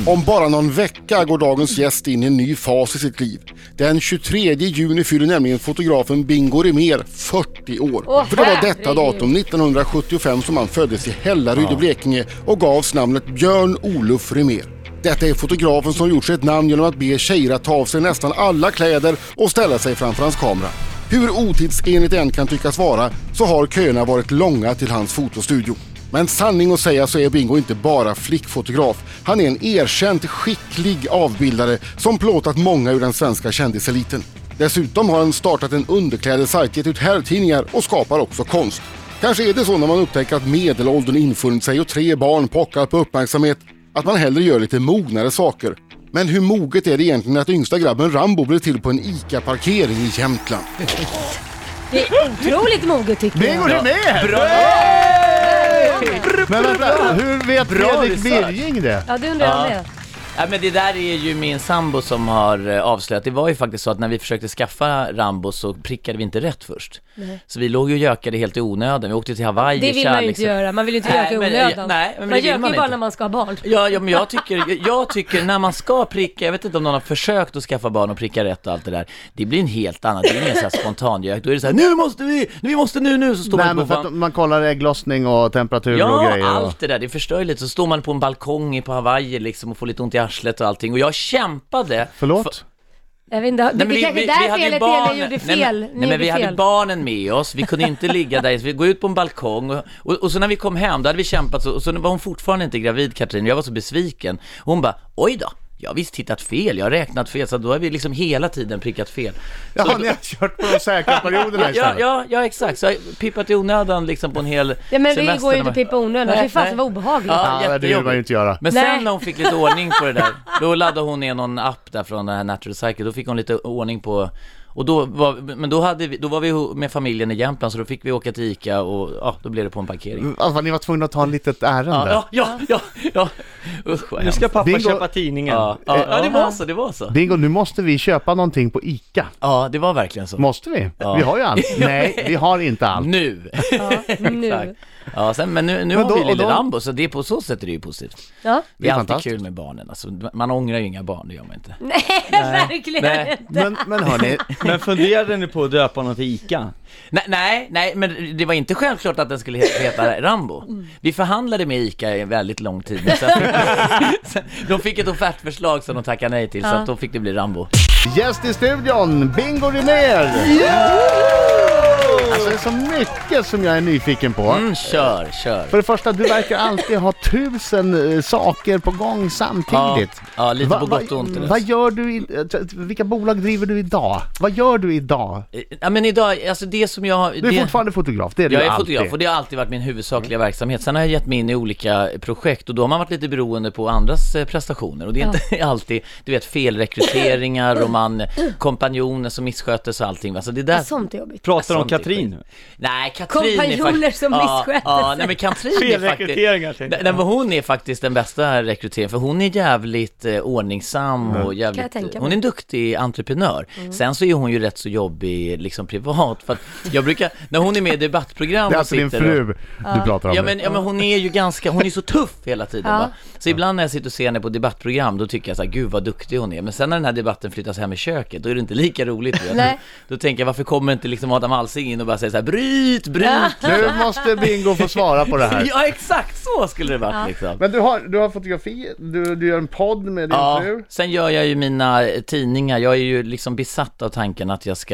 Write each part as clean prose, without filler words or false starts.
Om bara någon vecka går dagens gäst in i en ny fas i sitt liv. Den 23 juni fyller nämligen fotografen Bingo Rimér 40 år. För det var detta datum 1975 som han föddes i Hällaryd i Blekinge och gavs namnet Björn Olof Rimér. Detta är fotografen som gjort sig ett namn genom att be tjejer att ta av sig nästan alla kläder och ställa sig framför hans kamera. Hur otidsenligt än kan tyckas vara så har köerna varit långa till hans fotostudio. Men sanning att säga så är Bingo inte bara flickfotograf. Han är en erkänt skicklig avbildare som plåtat många ur den svenska kändiseliten. Dessutom har han startat en underklädessajt, gett ut herrtidningar och skapar också konst. Kanske är det så när man upptäcker att medelåldern infunnit sig och 3 barn pockar på uppmärksamhet att man hellre gör lite mognare saker. Men hur moget är det egentligen att yngsta grabben Rambo blev till på en ICA-parkering i Jämtland? Det är otroligt moget tycker jag. Bingo Rimér! Bra! Men vänta, hur vet Fredrik Birging det? Ja, det undrar jag med. Ja, men det där är ju min sambo som har avslöjat. Det var ju faktiskt så att när vi försökte skaffa Rambo så prickade vi inte rätt först. Nej. Så vi låg ju och gökade helt i onödan. Vi åkte till Hawaii. Det vill man ju inte göra. Man vill ju inte göka i onödan. Nej, men man göker ju bara inte. när man ska ha barn. Ja, men jag tycker när man ska pricka, jag vet inte om någon har försökt att skaffa barn och pricka rätt och allt det där. Det blir en helt annan, det är ingen så här spontan gök. Då är det så här, vi måste nu, så står Nej, man men på för att man kollar ägglossning och temperatur och grejer. Ja, allt det där, det förstör ju lite. Så står man på en balkong på Hawaii liksom och får lite ont i arslet och allting. Och jag kämpade. Förlåt? Jag vet inte, det kanske där felet är när gjorde fel. Nej, men vi hade barnen med oss. Vi kunde inte ligga där. Så vi går ut på en balkong och så när vi kom hem, då hade vi kämpat och så var hon fortfarande inte gravid, Katrin. Jag var så besviken. Och hon bara, oj då. Jag har visst hittat fel, jag har räknat fel. Så då har vi liksom hela tiden prickat fel. Ja, ni har kört på de säkra perioderna istället. Ja, exakt. Så jag har pippat i onödan liksom på en hel Ja, men semester. vi går ju inte pippa onödan. Det fanns var obehagligt. Ja, det vill man ju inte göra. Men sen när hon fick lite ordning på det där, då laddade hon ner någon app där från den här Natural Cycle. Då fick hon lite ordning på. Och då var vi med familjen i Jämtland, så då fick vi åka till ICA och då blev det på en parkering. Alltså, ni var tvungna att ta en litet ärende. Ja. Usch, nu ska pappa Bingo köpa tidningen. Ja, det var så. Bingo, nu måste vi köpa någonting på ICA. Ja, det var verkligen så. Måste vi? Ja. Vi har ju allt. Nej, vi har inte allt. Nu. Nu. Ja, men nu har vi lille Rambo, så det på så sätt är det ju positivt. Ja. Det är alltid kul med barnen. Alltså, man ångrar ju inga barn, det gör man inte. Nej, verkligen inte. Men hörni, Men funderade ni på att döpa något till ICA? Nej, men det var inte självklart att den skulle heta Rambo. Vi förhandlade med ICA i väldigt lång tid. Sen, de fick ett offertförslag som de tackade nej till, så att då fick det bli Rambo. gäst i studion, Bingo Rimér! Alltså det är så mycket som jag är nyfiken på. Kör. För det första, du verkar alltid ha 1000 saker på gång samtidigt. Ja, lite på gott och ont. Vad gör du vilka bolag driver du idag? Vad gör du idag? Ja, men idag, alltså det som jag... Du är fortfarande fotograf, det är du alltid. alltid. Jag är fotograf och det har alltid varit min huvudsakliga verksamhet. Sen har jag gett mig in i olika projekt och då har man varit lite beroende på andras prestationer. Och det är inte alltid, du vet, felrekryteringar och kompanjoner som missköter sig och allting. Alltså det där... Sånt är jobbigt. Pratar om Katrin? Nej, Katrin kompanjoner som missköter sig. Nej, men Katrin är faktiskt... Men hon är faktiskt den bästa rekryteringen, för hon är jävligt ordningsam och jävligt... Hon är en duktig entreprenör. Sen så är hon ju rätt så jobbig liksom privat, för att jag brukar, när hon är med i debattprogram... Det är alltså din fru du pratar om. Ja, men hon är ju hon är så tuff hela tiden, va? Så ibland när jag sitter och ser henne på debattprogram, då tycker jag så här, gud vad duktig hon är. Men sen när den här debatten flyttas hem i köket, då är det inte lika roligt. Då tänker jag, varför kommer inte liksom Adam Alsing in och bara säger så här, bryt. Nu måste Bingo få svara på det här. Ja, exakt så skulle det varit liksom. Men du har fotografi, du gör en podd med din fru. Sen gör jag ju mina tidningar. Jag är ju liksom besatt av tanken att jag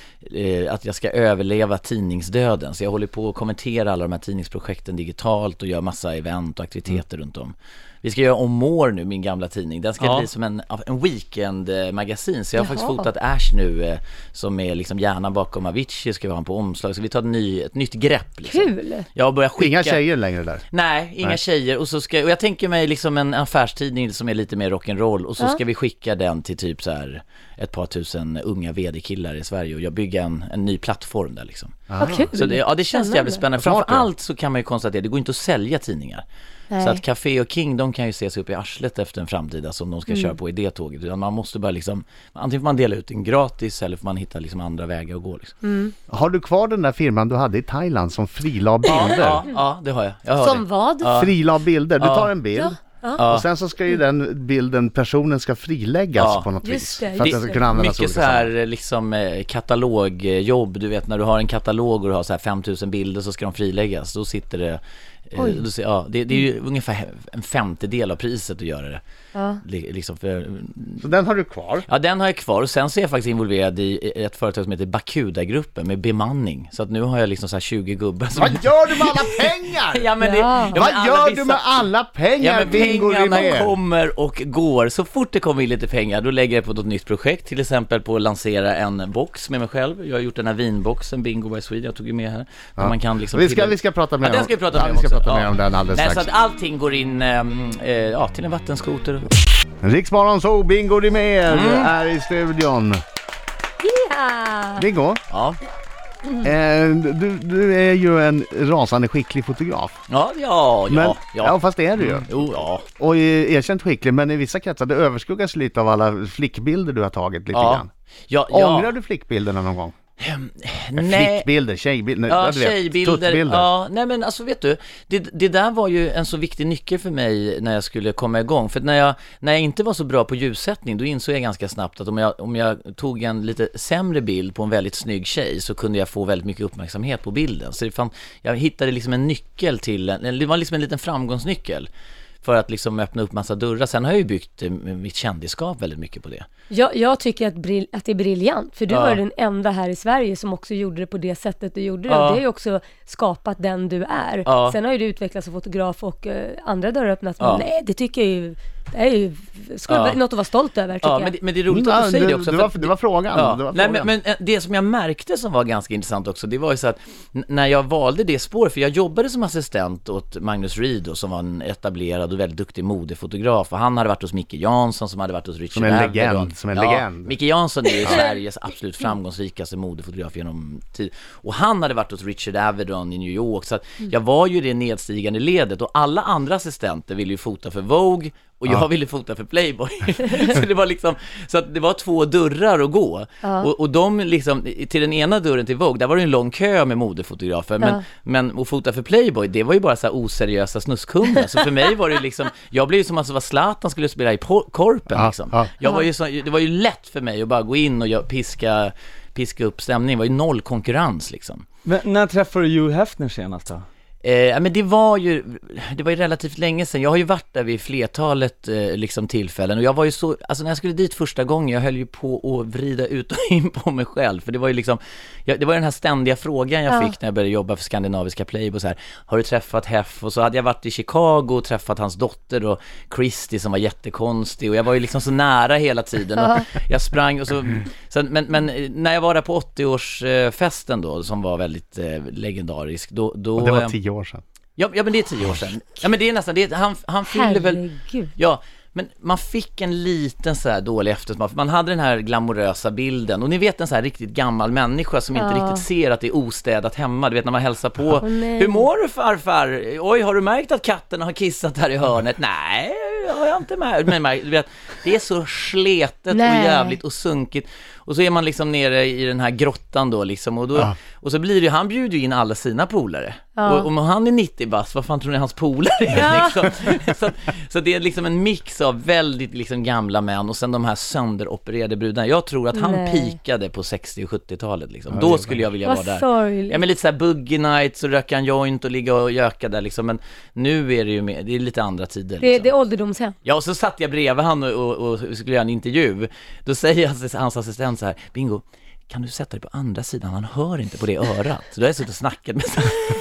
ska överleva tidningsdöden. Så jag håller på att kommentera alla de här tidningsprojekten digitalt och gör massa event och aktiviteter runt om. Vi ska göra om More nu, min gamla tidning. Den ska bli som en weekend-magasin. Så jag har faktiskt fotat Ash nu, som är liksom hjärnan bakom Avicii, ska vi ha en på omslag. Så vi tar ett nytt grepp. Liksom. Kul! Jag börjar skicka... Inga tjejer längre där? Nej, inga tjejer. Och jag tänker mig liksom en affärstidning som är lite mer rock'n'roll. Och så ska vi skicka den till typ så här ett par tusen unga vd-killar i Sverige. Och jag bygger en ny plattform där liksom. Så det känns jävligt spännande. Framförallt så kan man ju konstatera, det går inte att sälja tidningar. Nej. Så att Café och King, de kan ju se sig upp i arslet efter en framtida som de ska köra på i det tåget. Man måste bara liksom, antingen får man dela ut den gratis eller får man hitta liksom andra vägar att gå liksom. Har du kvar den där firman du hade i Thailand som frilade bilder? Ja, det har jag. Som vad? Frilade bilder, du tar en bild. Och sen så ska ju den bilden, personen ska friläggas på något vis. det, för att den ska kunna användas mycket så här liksom katalogjobb, du vet när du har en katalog och du har så här 5000 bilder så ska de friläggas. Då sitter det det är ju ungefär en femtedel av priset att göra det. Liksom så den har du kvar? Ja, den har jag kvar. Och sen så är jag faktiskt involverad i ett företag som heter Bakuda-gruppen med bemanning. Så att nu har jag liksom så här 20 gubbar som... Vad gör du med alla pengar? Vad gör du med alla pengar? Ja, men pengarna kommer och går. Så fort det kommer in lite pengar, då lägger jag på något nytt projekt. Till exempel på att lansera en box med mig själv. Jag har gjort den här vinboxen, Bingo by Sweden. Jag tog ju med här. Man kan liksom vi ska prata mer om den. Ska vi prata mer om den alldeles strax. Så att allting går in till en vattenskoter. Riksmorgon så Bingo Rimér är i studion. Bingo? Ja. Du är ju en rasande skicklig fotograf. Ja, fast det är du ju. Och erkänt skicklig, men i vissa kretsar det överskuggas lite av alla flickbilder du har tagit lite grann. Ångrar du flickbilderna någon gång? Flickbilder, tjejbilder, tjejbilder. Nej men alltså vet du, det där var ju en så viktig nyckel för mig när jag skulle komma igång. För när jag inte var så bra på ljussättning, då insåg jag ganska snabbt att om jag tog en lite sämre bild på en väldigt snygg tjej så kunde jag få väldigt mycket uppmärksamhet på bilden. Så jag hittade liksom en nyckel det var liksom en liten framgångsnyckel för att liksom öppna upp massa dörrar. Sen har jag ju byggt mitt kändisskap väldigt mycket på det. Jag tycker att det är briljant. För du var den enda här i Sverige som också gjorde det på det sättet du gjorde det. Och det har ju också skapat den du är. Sen har ju du utvecklats som fotograf och andra dörrar öppnats. Men nej, det tycker jag ju... Det är ju något att vara stolt över, tycker jag. Men det är roligt att du säger det också. Det var frågan. Men det som jag märkte som var ganska intressant också, det var ju så att när jag valde det spåret, för jag jobbade som assistent åt Magnus Reed då, som var en etablerad och väldigt duktig modefotograf, och han hade varit hos Micke Jansson som hade varit hos Richard Avedon. Som en legend. Micke Jansson är ju Sveriges absolut framgångsrikaste modefotograf genom tid. Och han hade varit hos Richard Avedon i New York, så att jag var ju det nedstigande ledet, och alla andra assistenter ville ju fota för Vogue och jag ville fota för Playboy. Så det var liksom, så att det var 2 dörrar att gå. Och de liksom, till den ena dörren till Vogue, där var det en lång kö med modefotografer. Men att fota för Playboy, det var ju bara så här oseriösa snuskkunder. Så för mig var det liksom, jag blev ju som alltså vad Zlatan skulle spela i Korpen liksom. Jag var ju så, det var ju lätt för mig att bara gå in och piska upp stämningen. Det var ju noll konkurrens liksom. Men när träffade du Hugh Hefner senast då? Men det var ju relativt länge sedan. Jag har ju varit där vid flertalet liksom tillfällen, och jag var ju så, alltså när jag skulle dit första gången, jag höll ju på att vrida ut och in på mig själv, för det var ju liksom, det var den här ständiga frågan jag fick när jag började jobba för skandinaviska Playboy, så här, har du träffat Heff? Och så hade jag varit i Chicago och träffat hans dotter och Christy som var jättekonstig, och jag var ju liksom så nära hela tiden, och jag sprang och så men när jag var där på 80-årsfesten då, som var väldigt legendarisk, då och det var 10 år sedan. Ja, men det är 10 år sedan. Ja, men det är nästan det, han fyllde väl. Ja, men man fick en liten så här dålig eftersmak. Man hade den här glamorösa bilden, och ni vet en så här riktigt gammal människa som inte riktigt ser att det är ostädat hemma. Du vet när man hälsar på. Hur mår du, farfar? Oj, har du märkt att katterna har kissat här i hörnet? Nej, har jag inte märkt. Men du vet, det är så sletet och jävligt och sunkigt. Och så är man liksom nere i den här grottan då liksom, och så blir det ju, han bjuder ju in alla sina polare. Och om han är 90 bast, vad fan tror ni hans polare är liksom? Så det är liksom en mix av väldigt liksom gamla män och sen de här sönderopererade brudarna. Jag tror att han pikade på 60- och 70-talet liksom. Då skulle jag vilja vara där. Ja, men lite så här boogie nights och röka en joint och ligga och göka där liksom. Men nu är det ju det är lite andra tider liksom. Det är ålderdomshem. Ja, och så satt jag bredvid han och skulle göra en intervju. Då säger hans assistent så här: Bingo, kan du sätta dig på andra sidan? Han hör inte på det örat. Så då har jag suttit och snackat med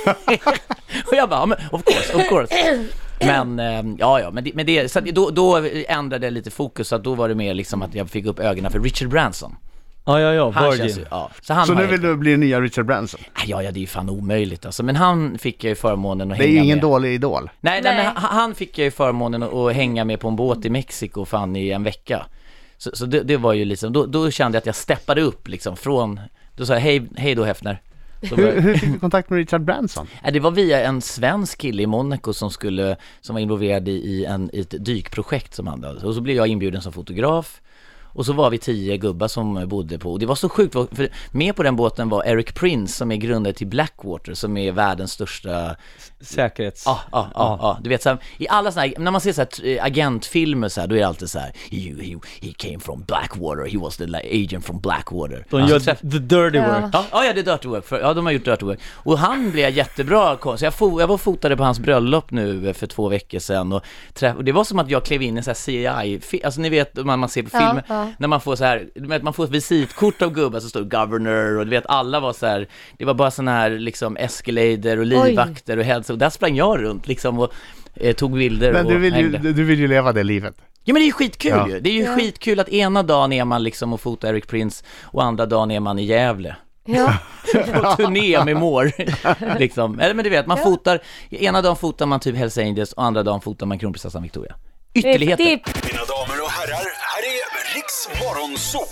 och jag bara, of course. Men men det så då ändrade jag lite fokus, så att då var det mer liksom att jag fick upp ögonen för Richard Branson. Ja, Virgin. Så nu vill du bli nya Richard Branson? Ja, det är ju fan omöjligt alltså. Men han fick ju förmånen att hänga med. Det är ingen dålig idol. Nej, men han fick ju förmånen att hänga med på en båt i Mexiko fan i en vecka. Så det var ju liksom, då kände jag att jag steppade upp liksom från, då sa jag hej då Hefner. Hur fick du kontakt med Richard Branson? Det var via en svensk kille i Monaco som var involverad i ett dykprojekt som han hade. Och så blev jag inbjuden som fotograf. Och så var vi 10 gubbar som bodde på. Och det var så sjukt, för med på den båten var Eric Prince som är grundare till Blackwater, som är världens största säkerhets. Ja. Du vet så här, i alla såna här, när man ser så här agentfilmer så här, då är det alltid så här he came from Blackwater, he was the agent from Blackwater. De gör the dirty work. Ja, det är dirty work. De har gjort dirty work. Och han blev jättebra. Så jag var fotade på hans bröllop nu för 2 veckor sedan och det var som att jag klev in i en så här CI, alltså ni vet man ser på filmer när man får så här, man får ett visitkort av gubbar så står det governor och du vet alla var så här, det var bara såna här liksom Escalator och livvakter och hälsa, och där sprang jag runt liksom och tog bilder. Men du vill ju leva det livet. Ja, men det är ju skitkul ju. Det är ju skitkul att ena dagen är man liksom och fotar Eric Prince och andra dagen är man i Gävle. Ja. På turné med Mår liksom. Eller men du vet, man fotar, ena dagen fotar man typ Hells Angels och andra dagen fotar man kronprinsessan Victoria. Ytterligheter. Mina damer och herrar, här är Riks Morgonzoo.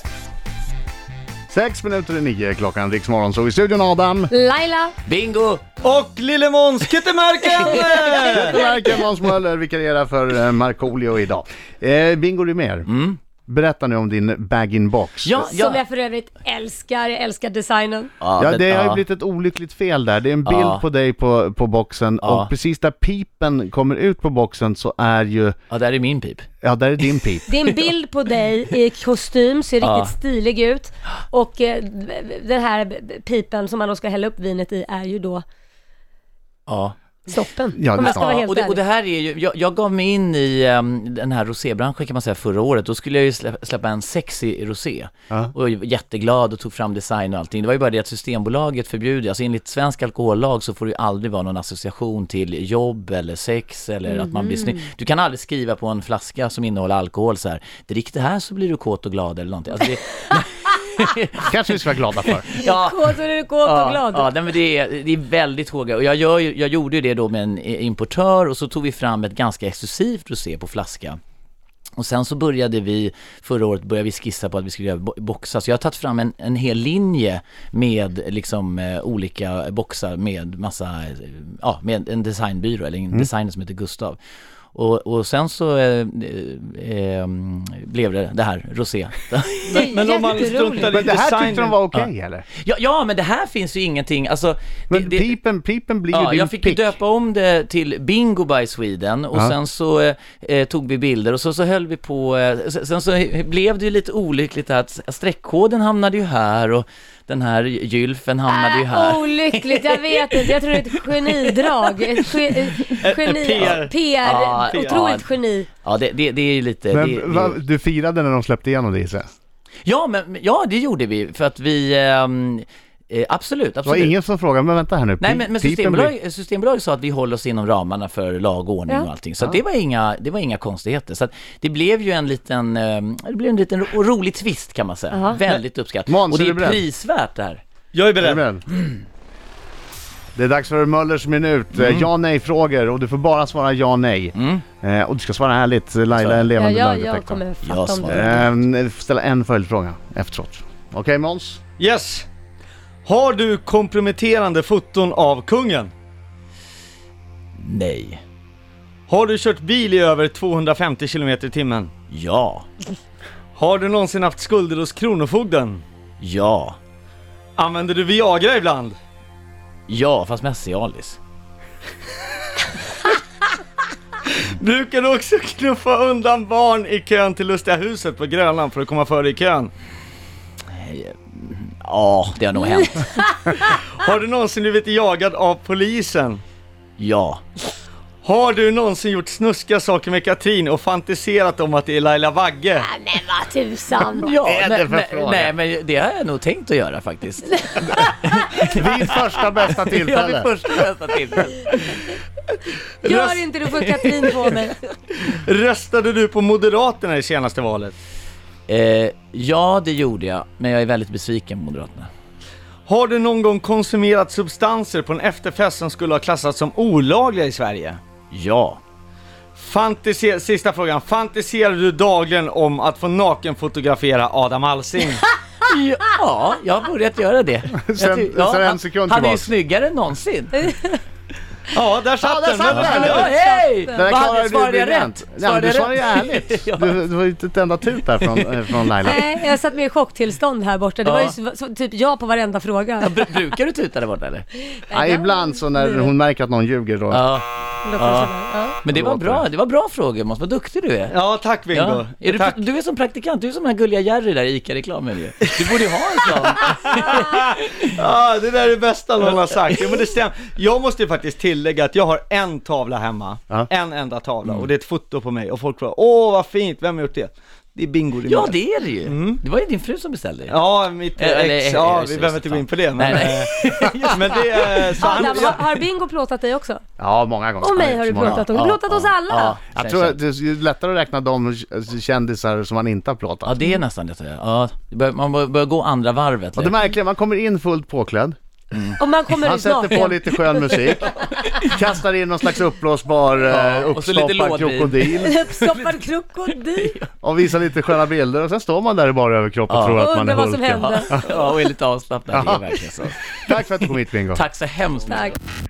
8:06 klockan, Riks Morgonzoo i studion. Adam, Laila, Bingo och Lille Måns Kyttemärken. Måns Möller vikarierar för Markoolio idag. Bingo, du är mer. Berätta nu om din bag-in-box. Som jag för övrigt älskar. Jag älskar designen. Det har ju blivit ett olyckligt fel där. Det är en bild på dig på boxen. Och precis där pipen kommer ut på boxen så är ju... Ja, där är min pip. Ja, där är din pip. Det är en bild på dig i kostym, ser riktigt stilig ut. Och den här pipen som man då ska hälla upp vinet i är ju då... Soppen. Och det här är ju, jag gav mig in i den här rosébranschen kan man säga förra året. Då skulle jag ju släppa en sexy rosé. Och jätteglad och tog fram design och allting. Det var ju bara det att Systembolaget förbjuder, alltså enligt svensk alkohollag så får det ju aldrig vara någon association till jobb eller sex eller att man blir snygg. Du kan aldrig skriva på en flaska som innehåller alkohol så här: drick det här så blir du kåt och glad eller någonting. Alltså kanske vi ska vara glada för. Kåt och glad. Ja, men det är väldigt hårda. Och jag gjorde ju det då med en importör och så tog vi fram ett ganska exklusivt rosé på flaska. Och sen så började vi förra året skissa på att vi skulle göra boxar. Så jag har tagit fram en hel linje med liksom olika boxar med massa, med en designbyrå eller en designer som heter Gustav. Och sen så blev det här rosé. Men om man struntar i men det här tyckte de var okej, eller? Ja, men det här finns ju ingenting. Alltså, men pipen blir ju din jag fick ju döpa om det till Bingo by Sweden. Och sen så tog vi bilder och så höll vi på. Sen så blev det ju lite olyckligt att streckkoden hamnade ju här och den här gylfen hamnade ju här. Olyckligt, jag vet inte. Jag tror det är ett genidrag. PR. Otroligt geni. Ja, det är ju lite... Men du firade när de släppte igenom det, så? Ja, det gjorde vi. För att vi... Absolut. Det var ingen som frågade, men vänta här nu. Nej, men Systembolaget sa att vi håller oss inom ramarna för lag och ordning och allting. Så det var inga konstigheter. Så att det blev ju en liten rolig twist kan man säga. Väldigt uppskattat. Och det är prisvärt det här. Jag är beredd. Det är dags för Möllers minut. Ja-nej-frågor och du får bara svara ja-nej. Och du ska svara ärligt. Laila är en levande lögndetektor. Jag kommer fatta om det. Du får ställa en följdfråga efteråt. Okej, Måns? Yes. Har du komprometterande foton av kungen? Nej. Har du kört bil i över 250 km i timmen? Ja. Har du någonsin haft skulder hos kronofogden? Ja. Använder du Viagra ibland? Ja, fast mest Cialis. Brukar du också knuffa undan barn i kön till Lustiga huset på Grönland för att komma före i kön? Ja, det har nog hänt. Har du någonsin blivit jagad av polisen? Ja. Har du någonsin gjort snuska saker med Katrin och fantiserat om att det är Laila Vagge? Ja, men vad tusan. Nej, men det har jag nog tänkt att göra faktiskt. Vid första bästa tillfälle. Ja, vid första bästa tillfälle. Gör inte, du får Katrin på mig. Röstade du på Moderaterna i senaste valet? Ja, det gjorde jag. Men jag är väldigt besviken på Moderaterna. Har du någon gång konsumerat substanser på en efterfest som skulle ha klassats som olagliga i Sverige? Ja. Sista frågan. Fantiserar du dagligen om att få nakenfotografera Adam Alsing? Ja, jag har börjat göra det. Sen en sekund han är ju tillbaka. snyggare än någonsin. Ja, där satt den. Ja, hej! Vad svarade jag rätt? Ja, du svarade ju ärligt. Du var ju inte ett enda tut där från Laila. Nej, jag satt med i chocktillstånd här borta. Det var ju så, typ jag på varenda fråga. Ja, brukar du tuta där borta eller? Ja, ibland så när hon märker att någon ljuger då. Ja. Men det var bra frågor, Måns. Vad duktig du är. Ja, tack Bingo. Ja. Du är som praktikant, du är som den här gulliga Jerry där i ICA-reklamen ju. Du borde ju ha en sån. Ja, det där är det bästa någon har sagt. Ja, men det stämmer. Jag måste ju faktiskt tillägga att jag har en tavla hemma. En enda tavla. Och det är ett foto på mig. Och folk frågar, vad fint, vem har gjort det? Det är Bingo. Ja, det är det ju. Det var ju din fru som beställde. Ja, mitt ex. Ja, vi behöver inte gå in på det. Men, men det är så har Bingo plåtat dig också? Ja, många gånger. Och mig har du plåtat. Du har plåtat oss alla. Jag tror att det är lättare att räkna de kändisar som man inte har plåtat. Ja, det är nästan det. Ja, man börjar gå andra varvet. Och det märkliga, man kommer in fullt påklädd. Och man kommer han sätter på lite skön musik, kastar in någon slags uppblåsbar uppstoppad krokodil. Uppstoppad krokodil. Och visar lite sköna bilder. Och sen står man där i bara överkropp och tror att man är Hulken. Vad som hände. Ja, och är lite avslappnad. Det är verkligen så. Tack för att du kom hit, Bingo. Tack så hemskt mycket.